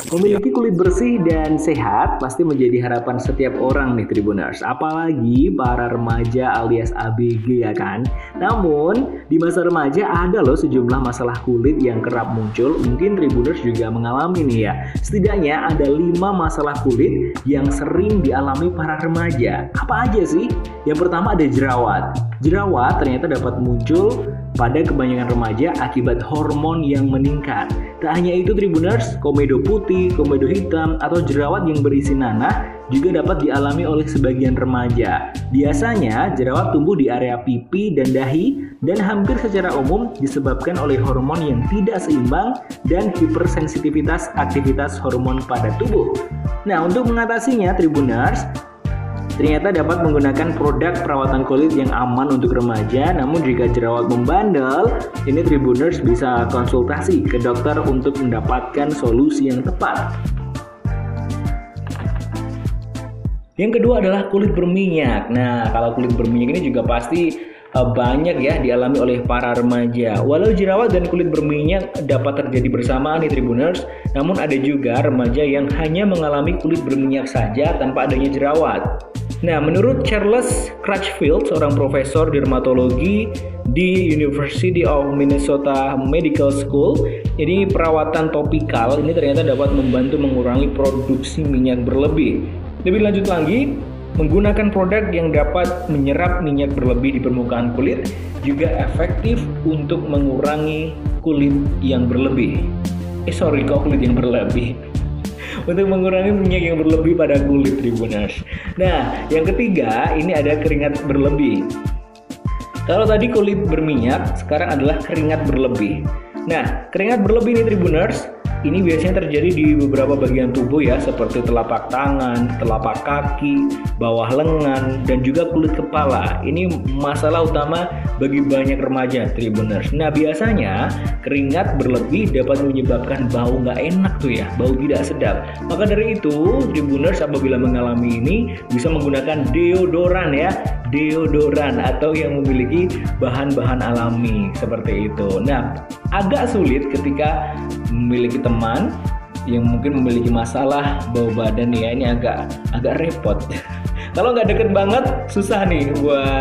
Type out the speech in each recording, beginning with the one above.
Memiliki kulit bersih dan sehat pasti menjadi harapan setiap orang nih Tribuners. Apalagi para remaja alias ABG ya kan. Namun di masa remaja ada loh sejumlah masalah kulit yang kerap muncul. Mungkin Tribuners juga mengalami nih ya. Setidaknya ada 5 masalah kulit yang sering dialami para remaja. Apa aja sih? Yang pertama ada jerawat. Jerawat ternyata dapat muncul pada kebanyakan remaja akibat hormon yang meningkat. Tak hanya itu Tribuners, komedo putih, komedo hitam, atau jerawat yang berisi nanah juga dapat dialami oleh sebagian remaja. Biasanya jerawat tumbuh di area pipi dan dahi dan hampir secara umum disebabkan oleh hormon yang tidak seimbang dan hipersensitivitas aktivitas hormon pada tubuh. Nah, untuk mengatasinya Tribuners, ternyata dapat menggunakan produk perawatan kulit yang aman untuk remaja. Namun jika jerawat membandel, ini Tribuners bisa konsultasi ke dokter untuk mendapatkan solusi yang tepat. Yang kedua adalah kulit berminyak. Nah, kalau kulit berminyak ini juga pasti banyak ya dialami oleh para remaja. Walau jerawat dan kulit berminyak dapat terjadi bersamaan nih Tribuners, namun ada juga remaja yang hanya mengalami kulit berminyak saja tanpa adanya jerawat. Nah, menurut Charles Crutchfield, seorang profesor dermatologi di University of Minnesota Medical School, jadi perawatan topikal ini ternyata dapat membantu mengurangi produksi minyak berlebih. Lebih lanjut lagi, menggunakan produk yang dapat menyerap minyak berlebih di permukaan kulit juga efektif untuk mengurangi kulit yang berlebih. Kulit yang berlebih. Untuk mengurangi minyak yang berlebih pada kulit Tribuners. Nah, yang ketiga ini ada keringat berlebih. Kalau tadi kulit berminyak, sekarang adalah keringat berlebih. Nah, keringat berlebih ini Tribuners, ini biasanya terjadi di beberapa bagian tubuh ya, seperti telapak tangan, telapak kaki, bawah lengan, dan juga kulit kepala. Ini masalah utama bagi banyak remaja Tribuners. Nah, biasanya keringat berlebih dapat menyebabkan bau nggak enak tuh ya, bau tidak sedap. Maka dari itu Tribuners apabila mengalami ini bisa menggunakan deodoran ya, deodoran atau yang memiliki bahan-bahan alami seperti itu. Nah, agak sulit ketika memiliki teman yang mungkin memiliki masalah bau badan ya, ini agak repot. Kalau nggak deket banget susah nih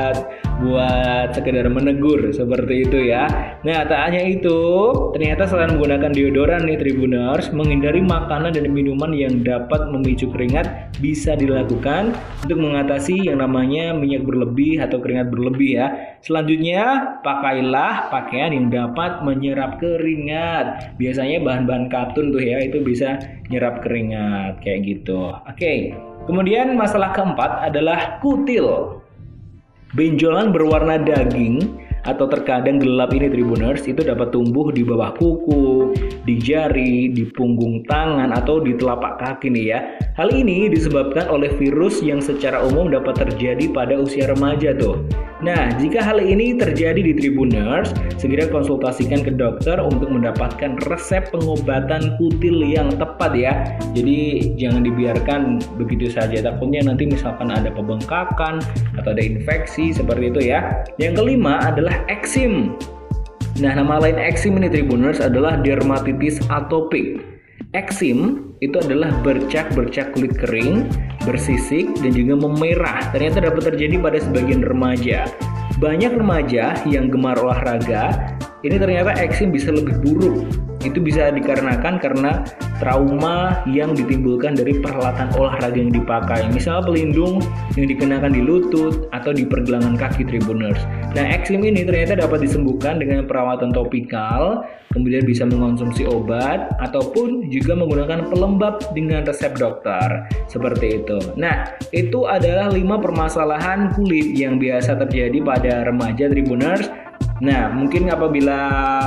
buat sekedar menegur seperti itu ya. Nah, tak hanya itu, ternyata selain menggunakan deodoran nih Tribuners, menghindari makanan dan minuman yang dapat memicu keringat bisa dilakukan untuk mengatasi yang namanya minyak berlebih atau keringat berlebih ya. Selanjutnya, pakailah pakaian yang dapat menyerap keringat. Biasanya bahan-bahan katun tuh ya, itu bisa nyerap keringat kayak gitu. Oke. Kemudian masalah keempat adalah kutil. Benjolan berwarna daging atau terkadang gelap ini Tribuners itu dapat tumbuh di bawah kuku, di jari, di punggung tangan atau di telapak kaki nih ya. Hal ini disebabkan oleh virus yang secara umum dapat terjadi pada usia remaja tuh. Nah, jika hal ini terjadi di Tribuners, segera konsultasikan ke dokter untuk mendapatkan resep pengobatan kutil yang tepat ya. Jadi jangan dibiarkan begitu saja, takutnya nanti misalkan ada pembengkakan atau ada infeksi seperti itu ya. Yang kelima adalah eksim. Nah, nama lain eksim ini Tribuners adalah dermatitis atopik. Eksim itu adalah bercak-bercak kulit kering, bersisik, dan juga memerah. Ternyata dapat terjadi pada sebagian remaja. Banyak remaja yang gemar olahraga, ini ternyata eksim bisa lebih buruk. Itu bisa dikarenakan karena trauma yang ditimbulkan dari peralatan olahraga yang dipakai. Misalnya pelindung yang dikenakan di lutut atau di pergelangan kaki Tribuners. Nah, eksim ini ternyata dapat disembuhkan dengan perawatan topikal, kemudian bisa mengonsumsi obat ataupun juga menggunakan pelembab dengan resep dokter. Seperti itu. Nah, itu adalah 5 permasalahan kulit yang biasa terjadi pada remaja Tribuners. Nah, mungkin apabila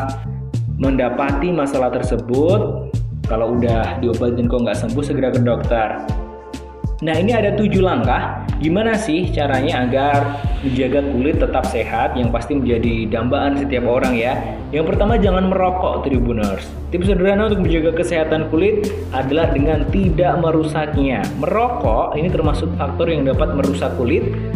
mendapati masalah tersebut, kalau udah diobatin kok nggak sembuh, segera ke dokter. Nah, ini ada 7 langkah. Gimana sih caranya agar menjaga kulit tetap sehat, yang pasti menjadi dambaan setiap orang ya. Yang pertama, jangan merokok Tribuners. Tips sederhana untuk menjaga kesehatan kulit adalah dengan tidak merusaknya. Merokok ini termasuk faktor yang dapat merusak kulit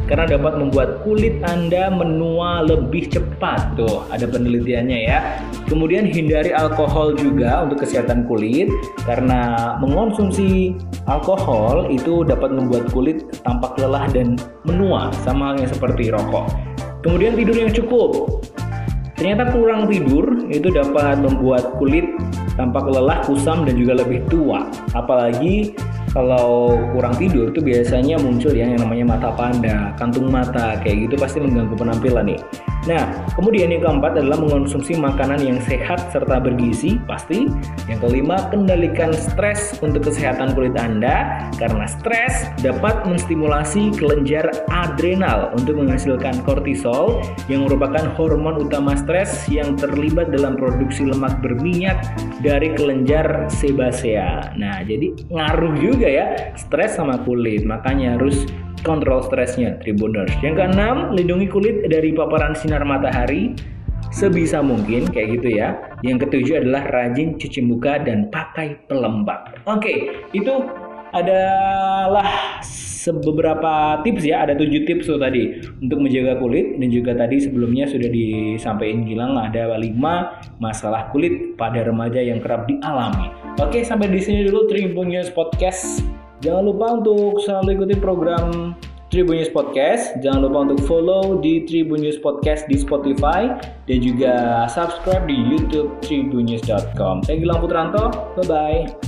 karena dapat membuat kulit Anda menua lebih cepat. Tuh, ada penelitiannya ya. Kemudian hindari alkohol juga untuk kesehatan kulit, karena mengonsumsi alkohol itu dapat membuat kulit tampak lelah dan menua, sama halnya seperti rokok. Kemudian tidur yang cukup. Ternyata kurang tidur itu dapat membuat kulit tampak lelah, kusam, dan juga lebih tua. Apalagi kalau kurang tidur itu biasanya muncul yang namanya mata panda, kantung mata, kayak gitu pasti mengganggu penampilan nih. Nah, kemudian yang keempat adalah mengonsumsi makanan yang sehat serta bergizi, pasti. Yang kelima, kendalikan stres untuk kesehatan kulit Anda, karena stres dapat menstimulasi kelenjar adrenal untuk menghasilkan kortisol yang merupakan hormon utama stres yang terlibat dalam produksi lemak berminyak dari kelenjar sebasea. Nah, jadi ngaruh juga ya stres sama kulit, makanya harus kontrol stresnya, Tribuners. Yang keenam, lindungi kulit dari paparan sinar matahari sebisa mungkin, kayak gitu ya. Yang ketujuh adalah rajin cuci muka dan pakai pelembab. Oke, itu adalah beberapa tips ya, ada 7 tips tuh tadi untuk menjaga kulit, dan juga tadi sebelumnya sudah disampaikan Gilang ada 5 masalah kulit pada remaja yang kerap dialami. Oke, sampai di sini dulu Tribun News Podcast. Jangan lupa untuk selalu ikuti program Tribun News Podcast. Jangan lupa untuk follow di Tribun News Podcast di Spotify, dan juga subscribe di YouTube tribunnews.com. Saya Gilang Putranto, bye-bye.